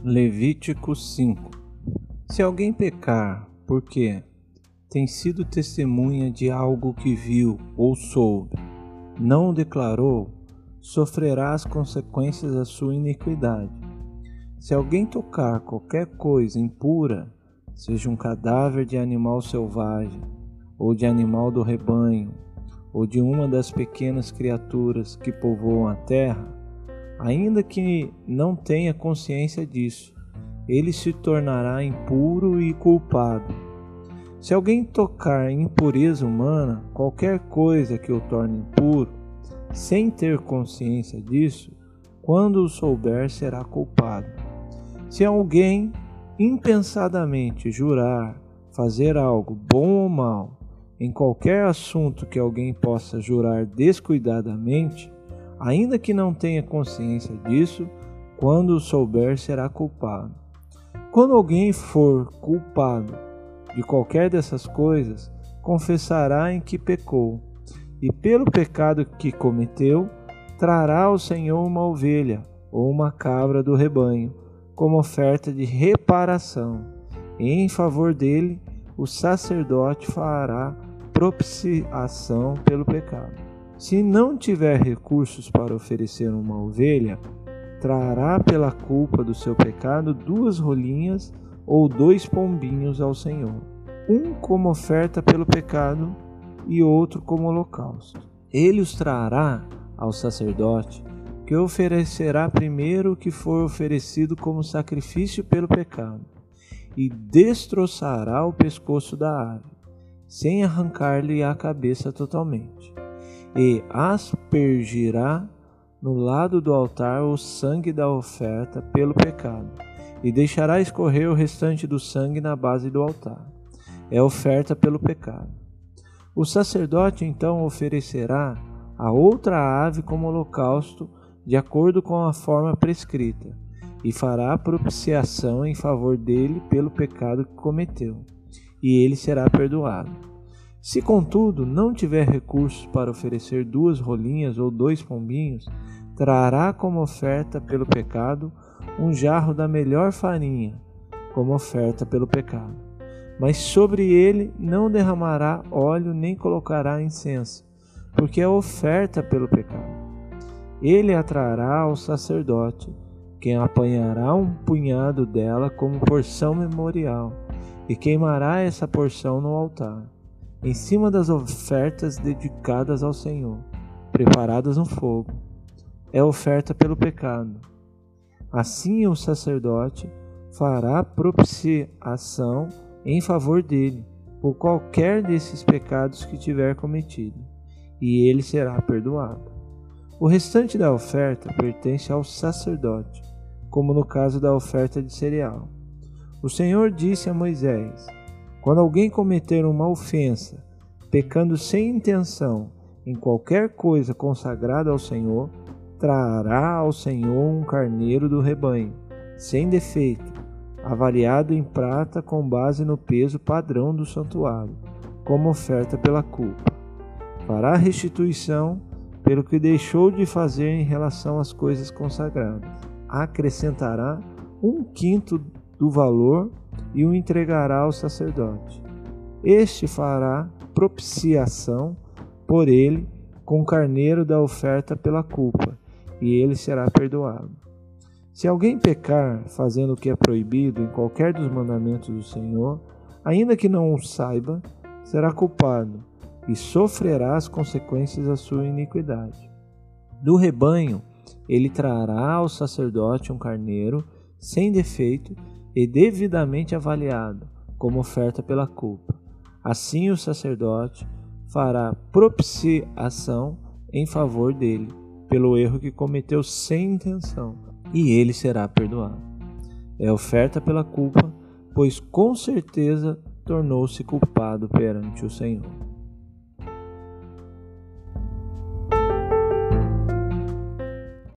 Levítico 5. Se alguém pecar, porque tem sido testemunha de algo que viu ou soube, não o declarou, sofrerá as consequências da sua iniquidade. Se alguém tocar qualquer coisa impura, seja um cadáver de animal selvagem, ou de animal do rebanho, ou de uma das pequenas criaturas que povoam a terra, ainda que não tenha consciência disso, ele se tornará impuro e culpado. Se alguém tocar em impureza humana, qualquer coisa que o torne impuro, sem ter consciência disso, quando o souber, será culpado. Se alguém impensadamente jurar fazer algo bom ou mal, em qualquer assunto que alguém possa jurar descuidadamente, ainda que não tenha consciência disso, quando o souber, será culpado. Quando alguém for culpado de qualquer dessas coisas, confessará em que pecou, e pelo pecado que cometeu, trará ao Senhor uma ovelha ou uma cabra do rebanho, como oferta de reparação, e em favor dele o sacerdote fará propiciação pelo pecado. Se não tiver recursos para oferecer uma ovelha, trará pela culpa do seu pecado 2 rolinhas ou 2 pombinhos ao Senhor, um como oferta pelo pecado e outro como holocausto. Ele os trará ao sacerdote, que oferecerá primeiro o que for oferecido como sacrifício pelo pecado, e destroçará o pescoço da ave, sem arrancar-lhe a cabeça totalmente, e aspergirá no lado do altar o sangue da oferta pelo pecado, e deixará escorrer o restante do sangue na base do altar. É oferta pelo pecado. O sacerdote então oferecerá a outra ave como holocausto, de acordo com a forma prescrita, e fará propiciação em favor dele pelo pecado que cometeu, e ele será perdoado. Se, contudo, não tiver recursos para oferecer 2 rolinhas ou 2 pombinhos, trará como oferta pelo pecado um jarro da melhor farinha, como oferta pelo pecado. Mas sobre ele não derramará óleo nem colocará incenso, porque é oferta pelo pecado. Ele a trará ao sacerdote, quem apanhará um punhado dela como porção memorial, e queimará essa porção no altar, em cima das ofertas dedicadas ao Senhor, preparadas no fogo. É oferta pelo pecado. Assim o sacerdote fará propiciação em favor dele, por qualquer desses pecados que tiver cometido, e ele será perdoado. O restante da oferta pertence ao sacerdote, como no caso da oferta de cereal. O Senhor disse a Moisés: quando alguém cometer uma ofensa, pecando sem intenção em qualquer coisa consagrada ao Senhor, trará ao Senhor um carneiro do rebanho, sem defeito, avaliado em prata com base no peso padrão do santuário, como oferta pela culpa. Fará restituição pelo que deixou de fazer em relação às coisas consagradas. Acrescentará 1/5 do valor e o entregará ao sacerdote. Este fará propiciação por ele com o carneiro da oferta pela culpa, e ele será perdoado. Se alguém pecar fazendo o que é proibido em qualquer dos mandamentos do Senhor, ainda que não o saiba, será culpado e sofrerá as consequências da sua iniquidade. Do rebanho, ele trará ao sacerdote um carneiro sem defeito e devidamente avaliado, como oferta pela culpa. Assim o sacerdote fará propiciação em favor dele, pelo erro que cometeu sem intenção, e ele será perdoado. É oferta pela culpa, pois com certeza tornou-se culpado perante o Senhor.